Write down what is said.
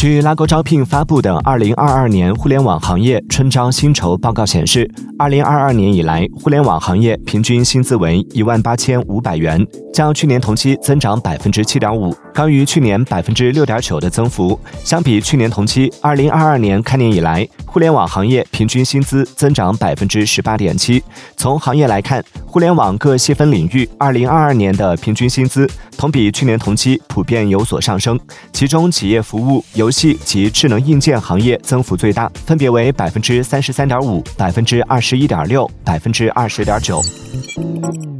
据拉勾招聘发布的2022年互联网行业春招薪酬报告显示，2022年以来，互联网行业平均薪资为18500元，较去年同期增长7.5%，高于去年6.9%的增幅。相比去年同期，2022年开年以来，互联网行业平均薪资增长18.7%。从行业来看，互联网各细分领域2022年的平均薪资同比去年同期普遍有所上升，其中企业服务、游戏及智能硬件行业增幅最大，分别为33.5%、21.6%、20.9%。